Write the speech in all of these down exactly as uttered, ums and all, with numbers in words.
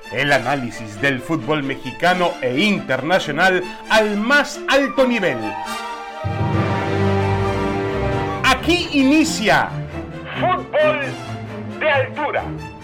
El análisis del fútbol mexicano e internacional al más alto nivel. Aquí inicia Fútbol de Altura.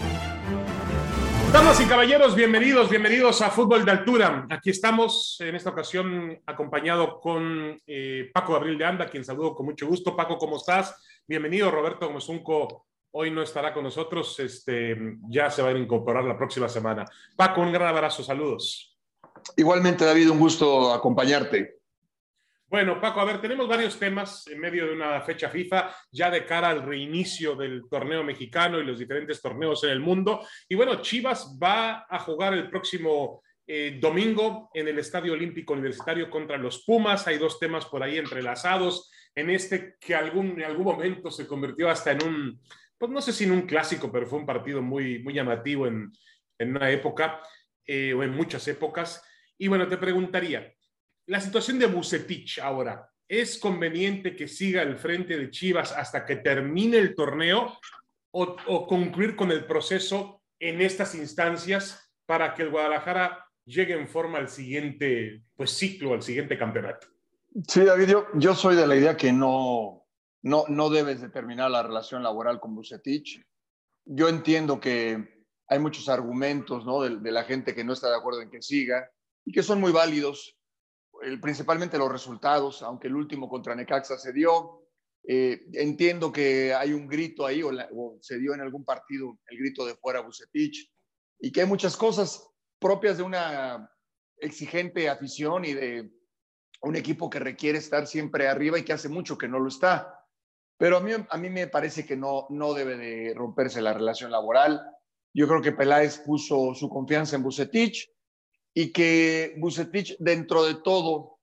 Damas y caballeros, bienvenidos, bienvenidos a Fútbol de Altura. Aquí estamos en esta ocasión acompañado con eh, Paco Gabriel de Anda, quien saludo con mucho gusto. Paco, ¿cómo estás? Bienvenido. Roberto Mozunco hoy no estará con nosotros, este, ya se va a incorporar la próxima semana. Paco, un gran abrazo, saludos. Igualmente, David, un gusto acompañarte. Bueno, Paco, a ver, tenemos varios temas en medio de una fecha FIFA, ya de cara al reinicio del torneo mexicano y los diferentes torneos en el mundo. Y bueno, Chivas va a jugar el próximo eh, domingo en el Estadio Olímpico Universitario contra los Pumas. Hay dos temas por ahí entrelazados en este que algún, en algún momento se convirtió hasta en un, pues no sé si en un clásico, pero fue un partido muy, muy llamativo en, en una época eh, o en muchas épocas. Y bueno, te preguntaría, la situación de Vucetich ahora, ¿es conveniente que siga al frente de Chivas hasta que termine el torneo o, o concluir con el proceso en estas instancias para que el Guadalajara llegue en forma al siguiente pues, ciclo, al siguiente campeonato? Sí, David, yo, yo soy de la idea que no, no, no debes de terminar la relación laboral con Vucetich. Yo entiendo que hay muchos argumentos, ¿no? de, de la gente que no está de acuerdo en que siga y que son muy válidos. El, principalmente los resultados, aunque el último contra Necaxa se dio. Eh, entiendo que hay un grito ahí, o, la, o se dio en algún partido el grito de fuera Vucetich, y que hay muchas cosas propias de una exigente afición y de un equipo que requiere estar siempre arriba y que hace mucho que no lo está. Pero a mí, a mí me parece que no, no debe de romperse la relación laboral. Yo creo que Peláez puso su confianza en Vucetich, y que Vucetich, dentro de todo,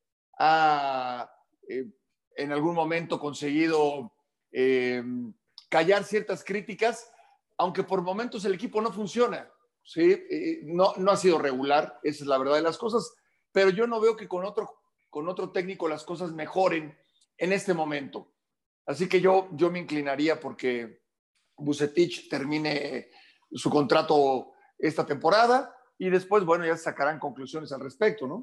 ha eh, en algún momento conseguido eh, callar ciertas críticas, aunque por momentos el equipo no funciona, ¿sí? Eh, no, no ha sido regular, esa es la verdad de las cosas, pero yo no veo que con otro, con otro técnico las cosas mejoren en este momento. Así que yo, yo me inclinaría porque Vucetich termine su contrato esta temporada, y después, bueno, ya sacarán conclusiones al respecto, ¿no?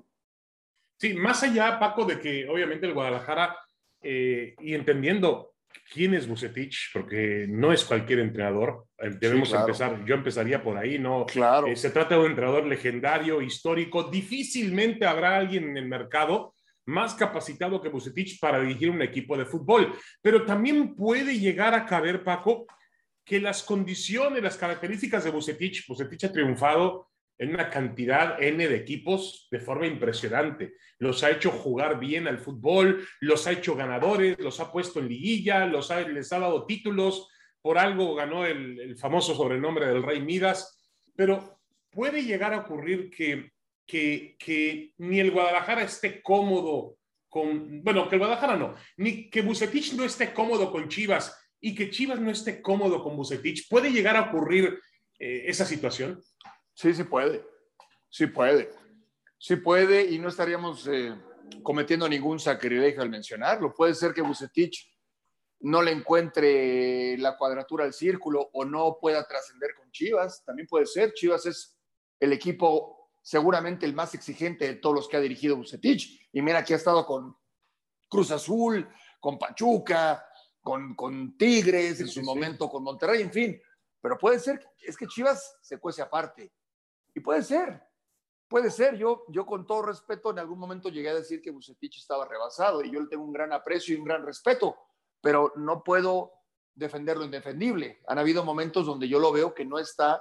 Sí, más allá, Paco, de que obviamente el Guadalajara, eh, y entendiendo quién es Vucetich, porque no es cualquier entrenador, eh, debemos sí, claro. empezar, yo empezaría por ahí, ¿no? Claro. Eh, se trata de un entrenador legendario, histórico, difícilmente habrá alguien en el mercado más capacitado que Vucetich para dirigir un equipo de fútbol, pero también puede llegar a caber, Paco, que las condiciones, las características de Vucetich, Vucetich ha triunfado en una cantidad N de equipos de forma impresionante. Los ha hecho jugar bien al fútbol, los ha hecho ganadores, los ha puesto en liguilla, los ha, les ha dado títulos, por algo ganó el, el famoso sobrenombre del Rey Midas, pero puede llegar a ocurrir que, que, que ni el Guadalajara esté cómodo con, bueno, que el Guadalajara no, ni que Vucetich no esté cómodo con Chivas y que Chivas no esté cómodo con Vucetich. ¿Puede llegar a ocurrir eh, esa situación? Sí, sí puede, sí puede, sí puede y no estaríamos eh, cometiendo ningún sacrilegio al mencionarlo. Puede ser que Vucetich no le encuentre la cuadratura al círculo o no pueda trascender con Chivas, también puede ser. Chivas es el equipo seguramente el más exigente de todos los que ha dirigido Vucetich, y mira que ha estado con Cruz Azul, con Pachuca, con, con Tigres, sí, en su sí, momento sí. con Monterrey, en fin, pero puede ser, es que Chivas se cuece aparte. Y puede ser, puede ser. Yo, yo con todo respeto en algún momento llegué a decir que Vucetich estaba rebasado y yo le tengo un gran aprecio y un gran respeto, pero no puedo defender lo indefendible. Han habido momentos donde yo lo veo que no está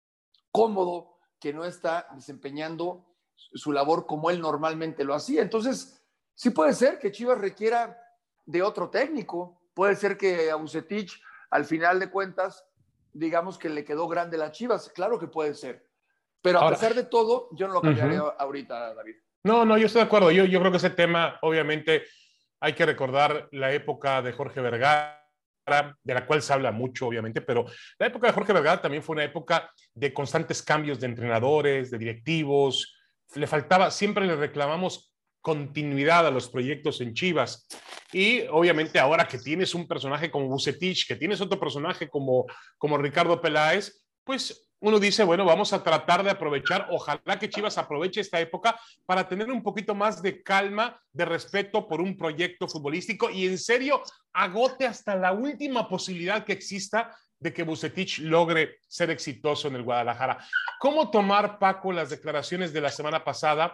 cómodo, que no está desempeñando su labor como él normalmente lo hacía. Entonces, sí puede ser que Chivas requiera de otro técnico. Puede ser que a Vucetich, al final de cuentas, digamos que le quedó grande las Chivas. Claro que puede ser. Pero a Ahora, pesar de todo, yo no lo cambiaría uh-huh. ahorita, David. No, no, yo estoy de acuerdo. Yo, yo creo que ese tema, obviamente, hay que recordar la época de Jorge Vergara, de la cual se habla mucho, obviamente, pero la época de Jorge Vergara también fue una época de constantes cambios de entrenadores, de directivos. Le faltaba, siempre le reclamamos continuidad a los proyectos en Chivas. Y obviamente ahora que tienes un personaje como Vucetich, que tienes otro personaje como, como Ricardo Peláez, pues uno dice, bueno, vamos a tratar de aprovechar, ojalá que Chivas aproveche esta época para tener un poquito más de calma, de respeto por un proyecto futbolístico y en serio agote hasta la última posibilidad que exista de que Vucetich logre ser exitoso en el Guadalajara. ¿Cómo tomar, Paco, las declaraciones de la semana pasada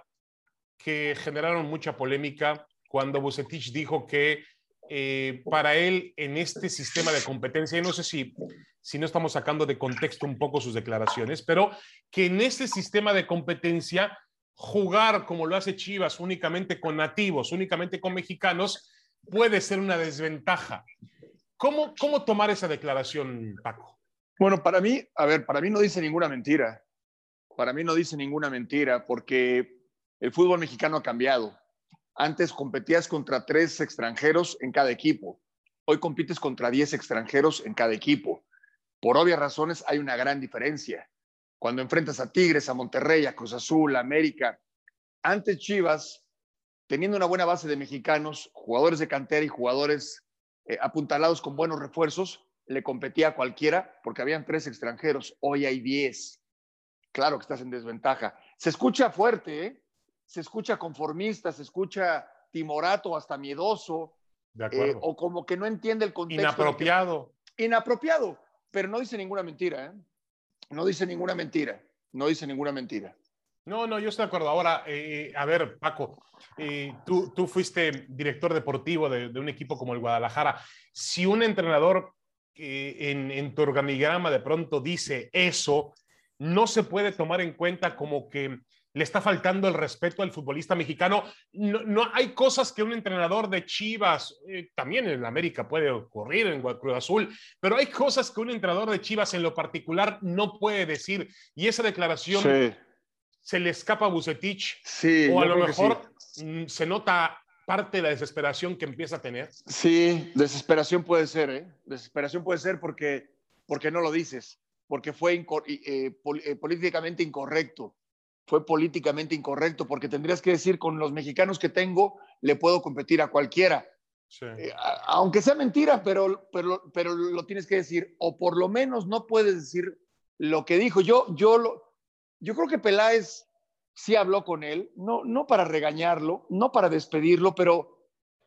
que generaron mucha polémica cuando Vucetich dijo que eh, para él en este sistema de competencia, y no sé si, si no estamos sacando de contexto un poco sus declaraciones, pero que en este sistema de competencia jugar como lo hace Chivas únicamente con nativos, únicamente con mexicanos, puede ser una desventaja. ¿Cómo, cómo tomar esa declaración, Paco? Bueno, para mí, a ver, para mí no dice ninguna mentira. Para mí no dice ninguna mentira porque el fútbol mexicano ha cambiado. Antes competías contra tres extranjeros en cada equipo. Hoy compites contra diez extranjeros en cada equipo. Por obvias razones hay una gran diferencia. Cuando enfrentas a Tigres, a Monterrey, a Cruz Azul, a América, antes Chivas, teniendo una buena base de mexicanos, jugadores de cantera y jugadores eh, apuntalados con buenos refuerzos, le competía a cualquiera porque habían tres extranjeros. Hoy hay diez. Claro que estás en desventaja. Se escucha fuerte, ¿eh? Se escucha conformista, se escucha timorato, hasta miedoso, De acuerdo. eh, o como que no entiende el contexto. Inapropiado. Que... Inapropiado, pero no dice ninguna mentira, ¿eh? No dice ninguna mentira, no dice ninguna mentira. No, no, yo estoy de acuerdo. Ahora, eh, a ver, Paco, eh, tú, tú fuiste director deportivo de, de un equipo como el Guadalajara. Si un entrenador eh, en, en tu organigrama de pronto dice eso, no se puede tomar en cuenta como que le está faltando el respeto al futbolista mexicano. No, no hay cosas que un entrenador de Chivas, eh, también en América puede ocurrir, en Cruz Azul, pero hay cosas que un entrenador de Chivas en lo particular no puede decir. Y esa declaración sí. se le escapa a Vucetich, sí, o a lo mejor sí. se nota parte de la desesperación que empieza a tener. Sí, desesperación puede ser, ¿eh? Desesperación puede ser porque, porque no lo dices, porque fue inco eh, pol eh, políticamente incorrecto. Fue políticamente incorrecto, porque tendrías que decir, con los mexicanos que tengo, le puedo competir a cualquiera. Sí. Eh, a, aunque sea mentira, pero, pero, pero lo tienes que decir, o por lo menos no puedes decir lo que dijo. Yo, yo, lo, yo creo que Peláez sí habló con él, no, no para regañarlo, no para despedirlo, pero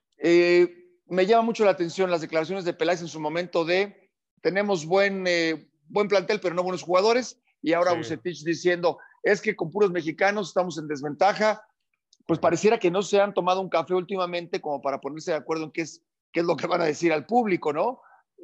eh, me llama mucho la atención las declaraciones de Peláez en su momento de tenemos buen, eh, buen plantel, pero no buenos jugadores, y ahora sí. Vucetich diciendo, es que con puros mexicanos estamos en desventaja. Pues pareciera que no se han tomado un café últimamente como para ponerse de acuerdo en qué es, qué es lo que van a decir al público, ¿no?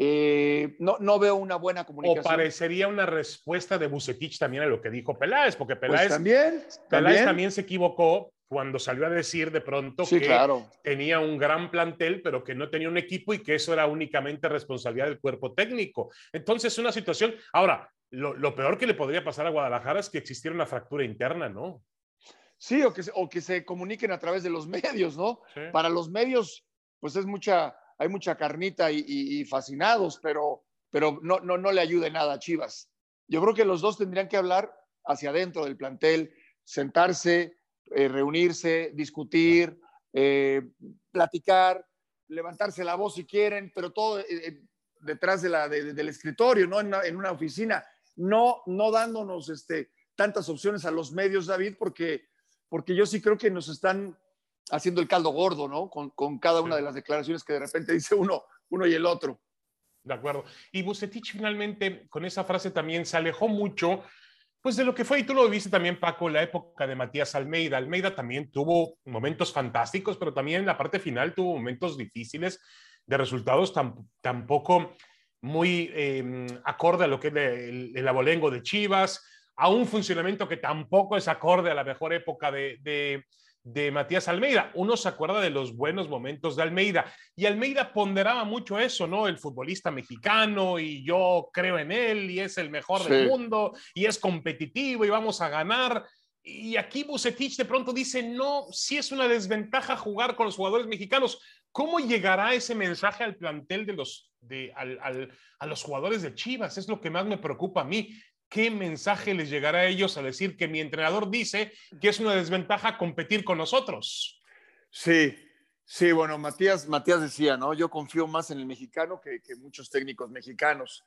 Eh, no, no veo una buena comunicación. O parecería una respuesta de Vucetich también a lo que dijo Peláez, porque Peláez, pues también, Peláez también. también se equivocó cuando salió a decir de pronto sí, que claro. tenía un gran plantel, pero que no tenía un equipo y que eso era únicamente responsabilidad del cuerpo técnico. Entonces, una situación... Ahora, lo, lo peor que le podría pasar a Guadalajara es que existiera una fractura interna, ¿no? Sí, o que, o que se comuniquen a través de los medios, ¿no? Sí. Para los medios, pues es mucha, hay mucha carnita y, y, y fascinados, pero, pero no, no, no le ayude nada a Chivas. Yo creo que los dos tendrían que hablar hacia adentro del plantel, sentarse, eh, reunirse, discutir, eh, platicar, levantarse la voz si quieren, pero todo eh, detrás de la, de, del escritorio, ¿no? En una, en una oficina, no, no dándonos este, tantas opciones a los medios, David, porque porque yo sí creo que nos están haciendo el caldo gordo, ¿no? Con, con cada una sí. de las declaraciones que de repente dice uno, uno y el otro. De acuerdo. Y Vucetich finalmente, con esa frase también se alejó mucho, pues de lo que fue, y tú lo viste también, Paco, la época de Matías Almeida. Almeida también tuvo momentos fantásticos, pero también en la parte final tuvo momentos difíciles de resultados tam, tampoco muy eh, acorde a lo que es el, el abolengo de Chivas, a un funcionamiento que tampoco es acorde a la mejor época de, de, de Matías Almeida. Uno se acuerda de los buenos momentos de Almeida, y Almeida ponderaba mucho eso, ¿no? El futbolista mexicano, y yo creo en él, y es el mejor sí. del mundo, y es competitivo, y vamos a ganar. Y aquí Vucetich de pronto dice, no, sí es una desventaja jugar con los jugadores mexicanos. ¿Cómo llegará ese mensaje al plantel de los, de, al, al, a los jugadores de Chivas? Es lo que más me preocupa a mí. ¿Qué mensaje les llegará a ellos a decir que mi entrenador dice que es una desventaja competir con nosotros? Sí, sí, bueno, Matías, Matías decía, ¿no? Yo confío más en el mexicano que, que muchos técnicos mexicanos.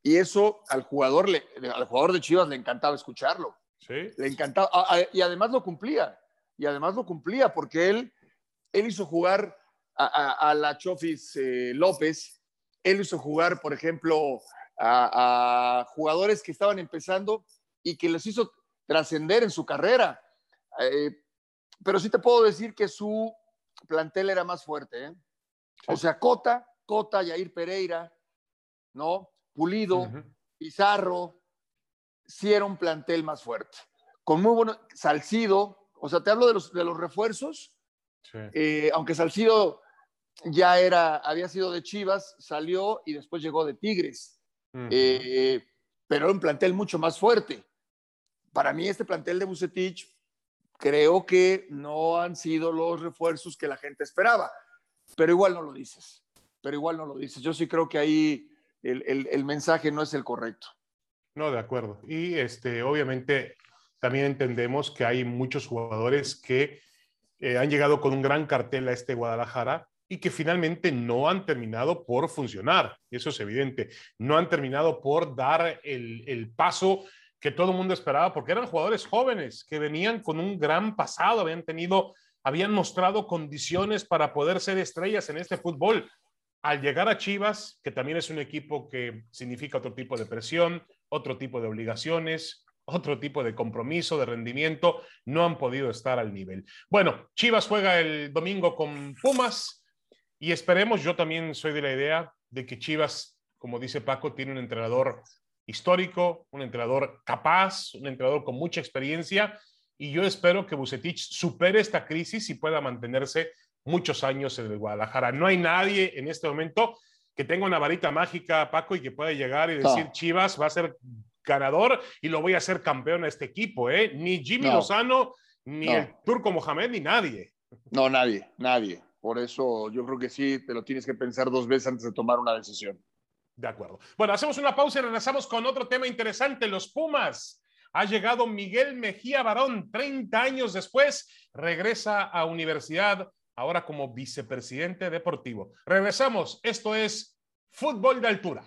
Y eso al jugador, le, al jugador de Chivas le encantaba escucharlo. Sí. Le encantaba. Y además lo cumplía. Y además lo cumplía porque él, él hizo jugar a, a, a la Chofis eh, López. Él hizo jugar, por ejemplo, a, a jugadores que estaban empezando y que les hizo trascender en su carrera. Eh, pero sí te puedo decir que su plantel era más fuerte. ¿eh? Sí. O sea, Cota, Cota, Yair Pereira, ¿no? Pulido, uh-huh. Pizarro, sí era un plantel más fuerte. Con muy bueno, Salcido, o sea, te hablo de los, de los refuerzos, sí. eh, aunque Salcido ya era, había sido de Chivas, salió y después llegó de Tigres. Uh-huh. eh, pero era un plantel mucho más fuerte. Para mí este plantel de Vucetich creo que no han sido los refuerzos que la gente esperaba, pero igual no lo dices, pero igual no lo dices. Yo sí creo que ahí el, el, el mensaje no es el correcto. No, de acuerdo. Y este, obviamente también entendemos que hay muchos jugadores que eh, han llegado con un gran cartel a este Guadalajara y que finalmente no han terminado por funcionar. Eso es evidente. No han terminado por dar el, el paso que todo el mundo esperaba, porque eran jugadores jóvenes que venían con un gran pasado, habían tenido, habían mostrado condiciones para poder ser estrellas en este fútbol. Al llegar a Chivas, que también es un equipo que significa otro tipo de presión, otro tipo de obligaciones, otro tipo de compromiso, de rendimiento, no han podido estar al nivel. Bueno, Chivas juega el domingo con Pumas y esperemos, yo también soy de la idea de que Chivas, como dice Paco, tiene un entrenador histórico, un entrenador capaz, un entrenador con mucha experiencia, y yo espero que Vucetich supere esta crisis y pueda mantenerse muchos años en el Guadalajara. No hay nadie en este momento que tenga una varita mágica, Paco, y que pueda llegar y decir, no. Chivas va a ser ganador y lo voy a hacer campeón a este equipo, ¿eh? Ni Jimmy no. Lozano, ni no. el Turco Mohamed, ni nadie. No, nadie, nadie. Por eso yo creo que sí, te lo tienes que pensar dos veces antes de tomar una decisión. De acuerdo. Bueno, hacemos una pausa y regresamos con otro tema interesante, los Pumas. Ha llegado Miguel Mejía Barón, treinta años después, regresa a universidad, ahora como vicepresidente deportivo. Regresamos, esto es Fútbol de Altura.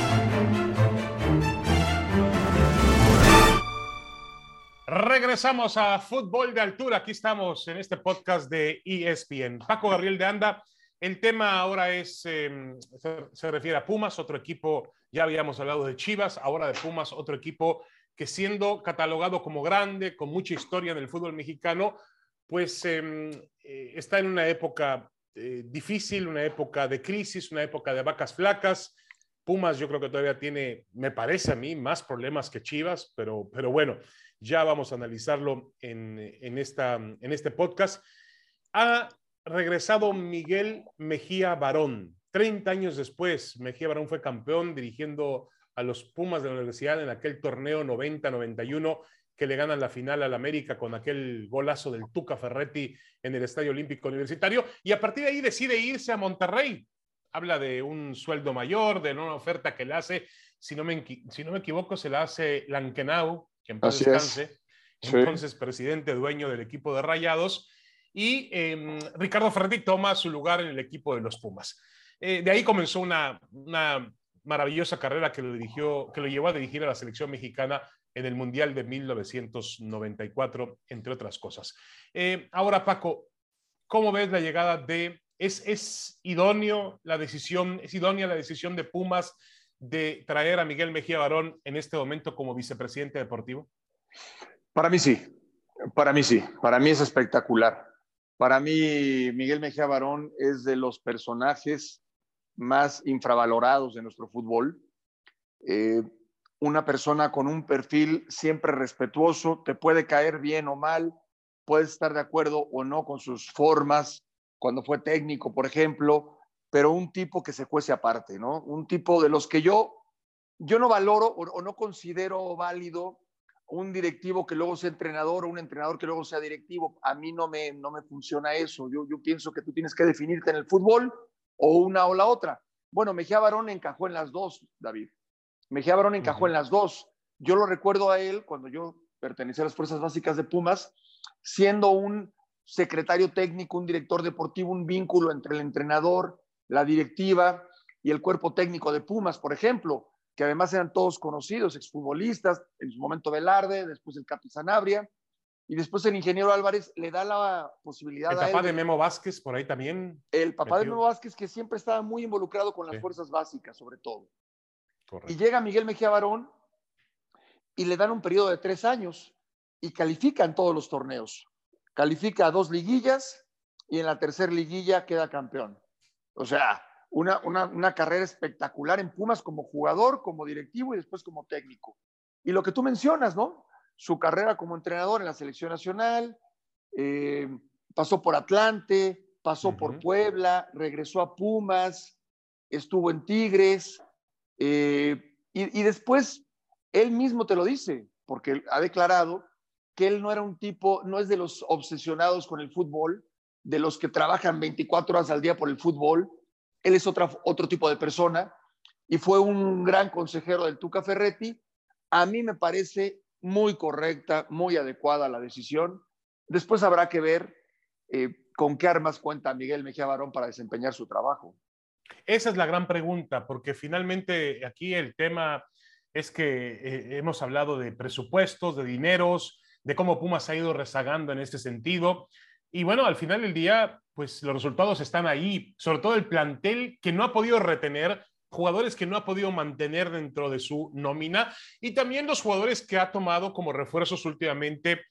Regresamos a Fútbol de Altura, aquí estamos en este podcast de E S P N. Paco Gabriel de Anda. El tema ahora es, eh, se, se refiere a Pumas, otro equipo, ya habíamos hablado de Chivas, ahora de Pumas, otro equipo que siendo catalogado como grande, con mucha historia en el fútbol mexicano, pues eh, eh, está en una época eh, difícil, una época de crisis, una época de vacas flacas. Pumas yo creo que todavía tiene, me parece a mí, más problemas que Chivas, pero, pero bueno, ya vamos a analizarlo en, en, esta, en este podcast. Ha regresado Miguel Mejía Barón. treinta años después, Mejía Barón fue campeón dirigiendo a los Pumas de la universidad en aquel torneo noventa noventa y uno que le ganan la final al América con aquel golazo del Tuca Ferretti en el Estadio Olímpico Universitario, y a partir de ahí decide irse a Monterrey. Habla de un sueldo mayor, de una oferta que le hace, si no me, si no me equivoco, se la hace Lankenau, que en paz Así descanse, es. entonces sí. presidente, dueño del equipo de Rayados, y eh, Ricardo Ferretti toma su lugar en el equipo de los Pumas. Eh, de ahí comenzó una, una maravillosa carrera que lo, dirigió, que lo llevó a dirigir a la selección mexicana en el Mundial de mil novecientos noventa y cuatro, entre otras cosas. Eh, ahora, Paco, ¿cómo ves la llegada de... ¿Es, es idóneo la decisión, es idónea la decisión de Pumas de traer a Miguel Mejía Barón en este momento como vicepresidente deportivo? Para mí sí, para mí sí, para mí es espectacular. Para mí Miguel Mejía Barón es de los personajes más infravalorados de nuestro fútbol. Eh, una persona con un perfil siempre respetuoso, te puede caer bien o mal, puedes estar de acuerdo o no con sus formas, cuando fue técnico, por ejemplo, pero un tipo que se cuece aparte, ¿no? Un tipo de los que yo, yo no valoro o, o no considero válido un directivo que luego sea entrenador o un entrenador que luego sea directivo. A mí no me, no me funciona eso. Yo, yo pienso que tú tienes que definirte en el fútbol o una o la otra. Bueno, Mejía Barón encajó en las dos, David. Mejía Barón encajó uh-huh. en las dos. Yo lo recuerdo a él cuando yo pertenecía a las fuerzas básicas de Pumas, siendo un secretario técnico, un director deportivo, un vínculo entre el entrenador, la directiva y el cuerpo técnico de Pumas, por ejemplo, que además eran todos conocidos, exfutbolistas, en su momento Velarde, después el Capi Sanabria, y después el ingeniero Álvarez le da la posibilidad el a él. El papá de Memo Vázquez, por ahí también. El papá metió. de Memo Vázquez, que siempre estaba muy involucrado con las sí. fuerzas básicas, sobre todo. Correcto. Y llega Miguel Mejía Barón y le dan un periodo de tres años y califican todos los torneos. Califica a dos liguillas y en la tercera liguilla queda campeón. O sea, una, una, una carrera espectacular en Pumas como jugador, como directivo y después como técnico. Y lo que tú mencionas, ¿no? Su carrera como entrenador en la selección nacional, eh, pasó por Atlante, pasó uh-huh. por Puebla, regresó a Pumas, estuvo en Tigres, eh, y, y después él mismo te lo dice, porque ha declarado que él no era un tipo, no es de los obsesionados con el fútbol, de los que trabajan veinticuatro horas al día por el fútbol. Él es otra, otro tipo de persona y fue un gran consejero del Tuca Ferretti. A mí me parece muy correcta, muy adecuada la decisión. Después habrá que ver eh, con qué armas cuenta Miguel Mejía Barón para desempeñar su trabajo. Esa es la gran pregunta, porque finalmente aquí el tema es que eh, hemos hablado de presupuestos, de dineros, de cómo Pumas ha ido rezagando en este sentido. Y bueno, al final del día, pues los resultados están ahí, sobre todo el plantel que no ha podido retener, jugadores que no ha podido mantener dentro de su nómina y también los jugadores que ha tomado como refuerzos últimamente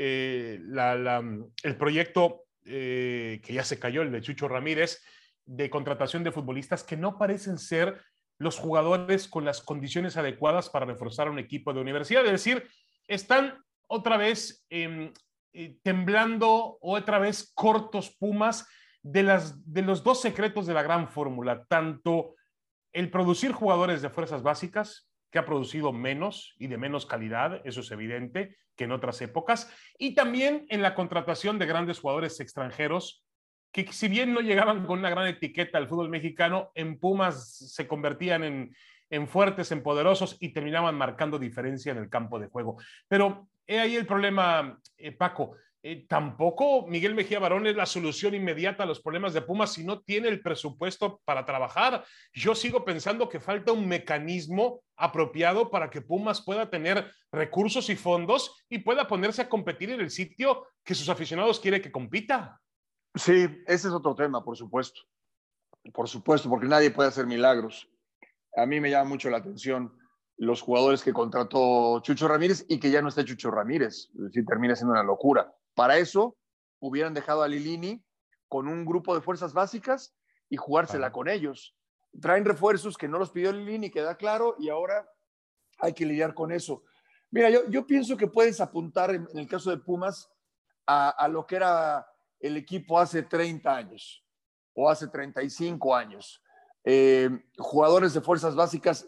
eh, la, la, el proyecto eh, que ya se cayó, el de Chucho Ramírez, de contratación de futbolistas que no parecen ser los jugadores con las condiciones adecuadas para reforzar a un equipo de universidad. Es decir, están otra vez eh, eh, temblando, otra vez cortos Pumas de, las, de los dos secretos de la gran fórmula, tanto el producir jugadores de fuerzas básicas, que ha producido menos y de menos calidad, eso es evidente, que en otras épocas, y también en la contratación de grandes jugadores extranjeros, que si bien no llegaban con una gran etiqueta al fútbol mexicano, en Pumas se convertían en, en fuertes, en poderosos y terminaban marcando diferencia en el campo de juego. Pero he ahí el problema, eh, Paco. Eh, tampoco Miguel Mejía Barón es la solución inmediata a los problemas de Pumas si no tiene el presupuesto para trabajar. Yo sigo pensando que falta un mecanismo apropiado para que Pumas pueda tener recursos y fondos y pueda ponerse a competir en el sitio que sus aficionados quieren que compita. Sí, ese es otro tema, por supuesto. Por supuesto, porque nadie puede hacer milagros. A mí me llama mucho la atención los jugadores que contrató Chucho Ramírez y que ya no está Chucho Ramírez. Es decir, termina siendo una locura. Para eso, hubieran dejado a Lilini con un grupo de fuerzas básicas y jugársela ah. con ellos. Traen refuerzos que no los pidió Lilini, queda claro, y ahora hay que lidiar con eso. Mira, yo, yo pienso que puedes apuntar, en, en el caso de Pumas, a, a lo que era el equipo hace treinta años o hace treinta y cinco años. Eh, jugadores de fuerzas básicas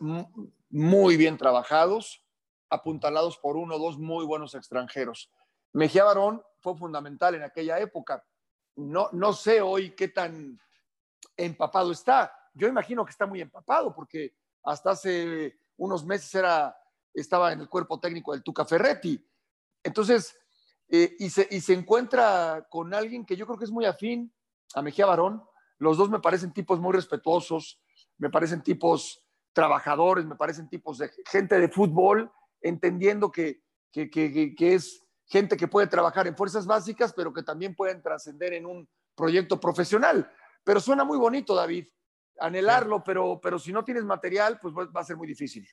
muy bien trabajados, apuntalados por uno o dos muy buenos extranjeros. Mejía Barón fue fundamental en aquella época. No, no sé hoy qué tan empapado está. Yo imagino que está muy empapado porque hasta hace unos meses era, estaba en el cuerpo técnico del Tuca Ferretti. Entonces, eh, y, se, y se encuentra con alguien que yo creo que es muy afín a Mejía Barón. Los dos me parecen tipos muy respetuosos, me parecen tipos trabajadores, me parecen tipos de gente de fútbol, entendiendo que, que, que, que es gente que puede trabajar en fuerzas básicas, pero que también pueden trascender en un proyecto profesional. Pero suena muy bonito, David, anhelarlo, sí. pero, pero si no tienes material, pues va a ser muy difícil.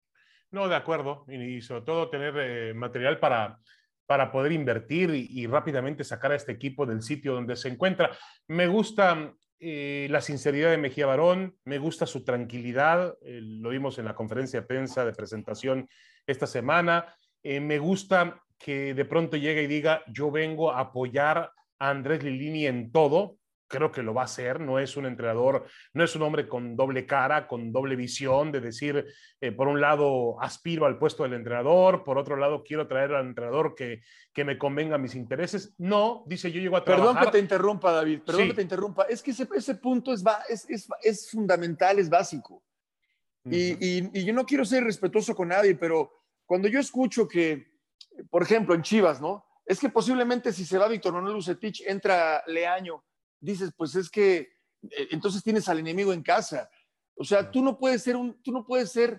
No, de acuerdo, y sobre todo tener eh, material para, para poder invertir y, y rápidamente sacar a este equipo del sitio donde se encuentra. Me gusta eh, la sinceridad de Mejía Barón, me gusta su tranquilidad, eh, lo vimos en la conferencia de prensa de presentación esta semana, eh, me gusta que de pronto llegue y diga, yo vengo a apoyar a Andrés Lilini en todo. Creo que lo va a hacer, no es un entrenador, no es un hombre con doble cara, con doble visión, de decir, eh, por un lado aspiro al puesto del entrenador, por otro lado quiero traer al entrenador que, que me convenga a mis intereses. No, dice, yo llego a trabajar. Perdón que te interrumpa, David, perdón sí. que te interrumpa. Es que ese, ese punto es, es, es, es fundamental, es básico. Uh-huh. y, y, y yo no quiero ser respetuoso con nadie, pero cuando yo escucho que, por ejemplo, en Chivas, ¿no? Es que posiblemente si se va Víctor Manuel Vucetich, entra Leaño. Dices, pues es que eh, entonces tienes al enemigo en casa. O sea, tú no puedes ser un, tú no puedes ser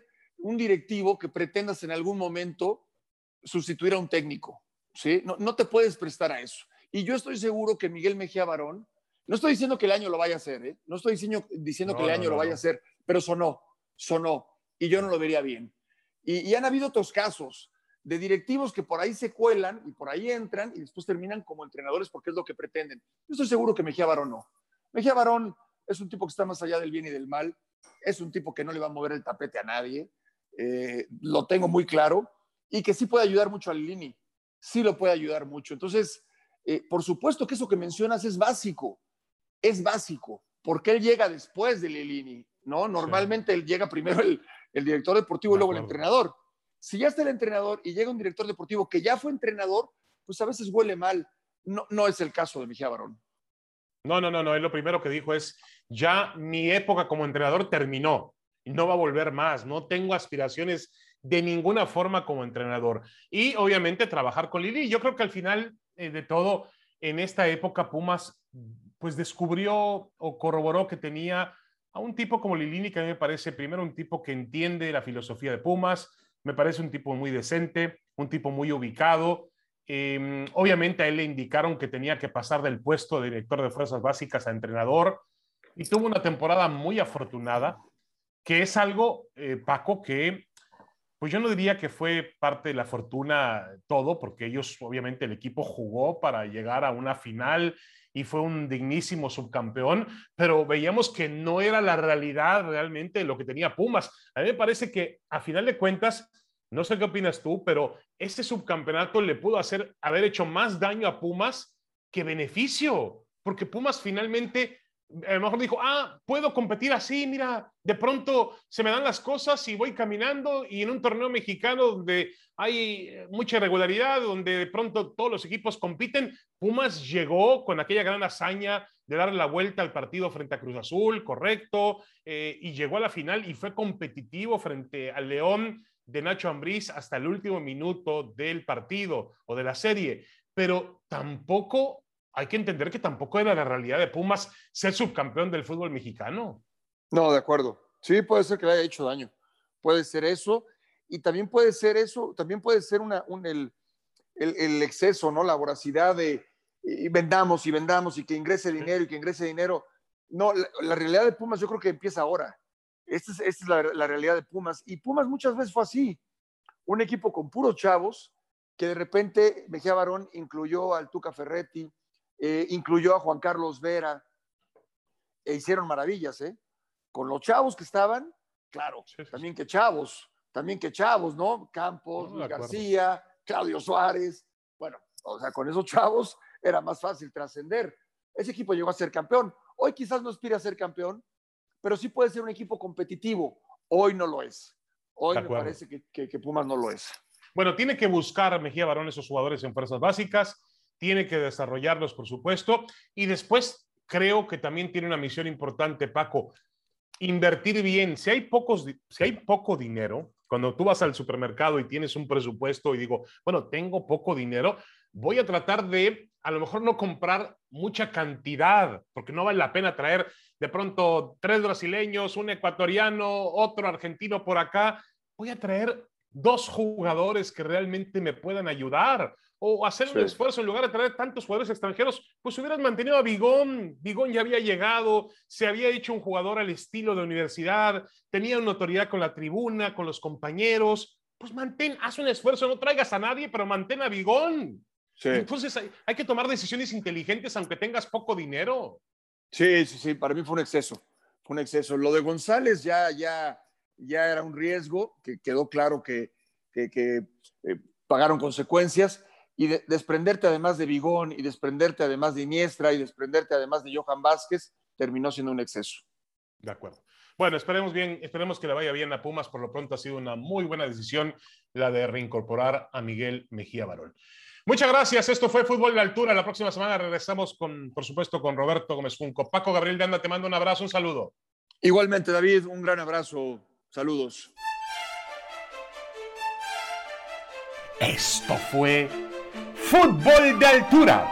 un directivo que pretendas en algún momento sustituir a un técnico, ¿sí? No, no te puedes prestar a eso. Y yo estoy seguro que Miguel Mejía Barón, no estoy diciendo que el año lo vaya a hacer, ¿eh? No estoy diciendo, diciendo no, que el año no, no, lo vaya no. a hacer, pero sonó, sonó, y yo no lo vería bien. Y, y han habido otros casos de directivos que por ahí se cuelan y por ahí entran y después terminan como entrenadores porque es lo que pretenden. Yo estoy seguro que Mejía Barón no. Mejía Barón es un tipo que está más allá del bien y del mal, es un tipo que no le va a mover el tapete a nadie, eh, lo tengo muy claro, y que sí puede ayudar mucho a Lilini, sí lo puede ayudar mucho. Entonces, eh, por supuesto que eso que mencionas es básico, es básico, porque él llega después de Lilini, ¿no? Normalmente sí. Él llega primero el, el director deportivo y luego el entrenador. Si ya está el entrenador y llega un director deportivo que ya fue entrenador, pues a veces huele mal. No, no es el caso de Mejía Barón. No, no, no, no. Él lo primero que dijo es, ya mi época como entrenador terminó y no va a volver más. No tengo aspiraciones de ninguna forma como entrenador. Y obviamente trabajar con Lili. Yo creo que al final eh, de todo, en esta época Pumas pues descubrió o corroboró que tenía a un tipo como Lilini, que a mí me parece primero un tipo que entiende la filosofía de Pumas, me parece un tipo muy decente, un tipo muy ubicado. Eh, obviamente a él le indicaron que tenía que pasar del puesto de director de fuerzas básicas a entrenador y tuvo una temporada muy afortunada, que es algo, eh, Paco, que pues yo no diría que fue parte de la fortuna todo, porque ellos, obviamente, el equipo jugó para llegar a una final y fue un dignísimo subcampeón, pero veíamos que no era la realidad realmente lo que tenía Pumas. A mí me parece que, a final de cuentas, no sé qué opinas tú, pero ese subcampeonato le pudo hacer, haber hecho más daño a Pumas que beneficio, porque Pumas finalmente a lo mejor dijo, ah, puedo competir así, mira, de pronto se me dan las cosas y voy caminando, y en un torneo mexicano donde hay mucha irregularidad, donde de pronto todos los equipos compiten, Pumas llegó con aquella gran hazaña de darle la vuelta al partido frente a Cruz Azul, correcto, eh, y llegó a la final y fue competitivo frente al León de Nacho Ambriz hasta el último minuto del partido o de la serie, pero tampoco hay que entender que tampoco era la realidad de Pumas ser subcampeón del fútbol mexicano. No, de acuerdo. Sí, puede ser que le haya hecho daño. Puede ser eso. Y también puede ser eso, también puede ser una, un, el, el, el exceso, ¿no? La voracidad de y vendamos y vendamos y que ingrese dinero y que ingrese dinero. No, la, la realidad de Pumas yo creo que empieza ahora. Esta es, esta es la, la realidad de Pumas. Y Pumas muchas veces fue así. Un equipo con puros chavos que de repente Mejía Barón incluyó al Tuca Ferretti, Eh, incluyó a Juan Carlos Vera, e hicieron maravillas, ¿eh? Con los chavos que estaban, claro, sí, sí, también sí. que chavos, también que chavos, ¿no? Campos, no, Luis García, Claudio Suárez, bueno, o sea, con esos chavos era más fácil trascender. Ese equipo llegó a ser campeón. Hoy quizás no aspira a ser campeón, pero sí puede ser un equipo competitivo. Hoy no lo es. Hoy me parece que, que, que Pumas no lo es. Bueno, tiene que buscar Mejía Barón esos jugadores en fuerzas básicas, tiene que desarrollarlos, por supuesto, y después creo que también tiene una misión importante, Paco, invertir bien. Si hay, pocos, si hay poco dinero, cuando tú vas al supermercado y tienes un presupuesto y digo, bueno, tengo poco dinero, voy a tratar de, a lo mejor no comprar mucha cantidad, porque no vale la pena traer de pronto tres brasileños, un ecuatoriano, otro argentino por acá. Voy a traer dos jugadores que realmente me puedan ayudar, o hacer sí. un esfuerzo en lugar de traer tantos jugadores extranjeros, pues hubieras mantenido a Bigón. Bigón ya había llegado, se había hecho un jugador al estilo de universidad, tenía una autoridad con la tribuna, con los compañeros, pues mantén, haz un esfuerzo, no traigas a nadie, pero mantén a Bigón. Sí. Entonces hay, hay que tomar decisiones inteligentes aunque tengas poco dinero. Sí, sí, sí, para mí fue un exceso, fue un exceso. Lo de González ya, ya, ya era un riesgo, que quedó claro que, que, que eh, pagaron consecuencias. Y de, desprenderte además de Bigón y desprenderte además de Iniestra y desprenderte además de Johan Vázquez terminó siendo un exceso. De acuerdo. Bueno, esperemos bien, esperemos que le vaya bien a Pumas. Por lo pronto ha sido una muy buena decisión la de reincorporar a Miguel Mejía Barón. Muchas gracias. Esto fue Fútbol de Altura. La próxima semana regresamos con, por supuesto, con Roberto Gómez Junco. Paco Gabriel de Anda, te mando un abrazo, un saludo. Igualmente, David, un gran abrazo. Saludos. Esto fue Fútbol de Altura.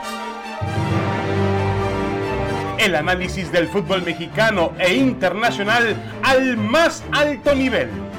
El análisis del fútbol mexicano e internacional al más alto nivel.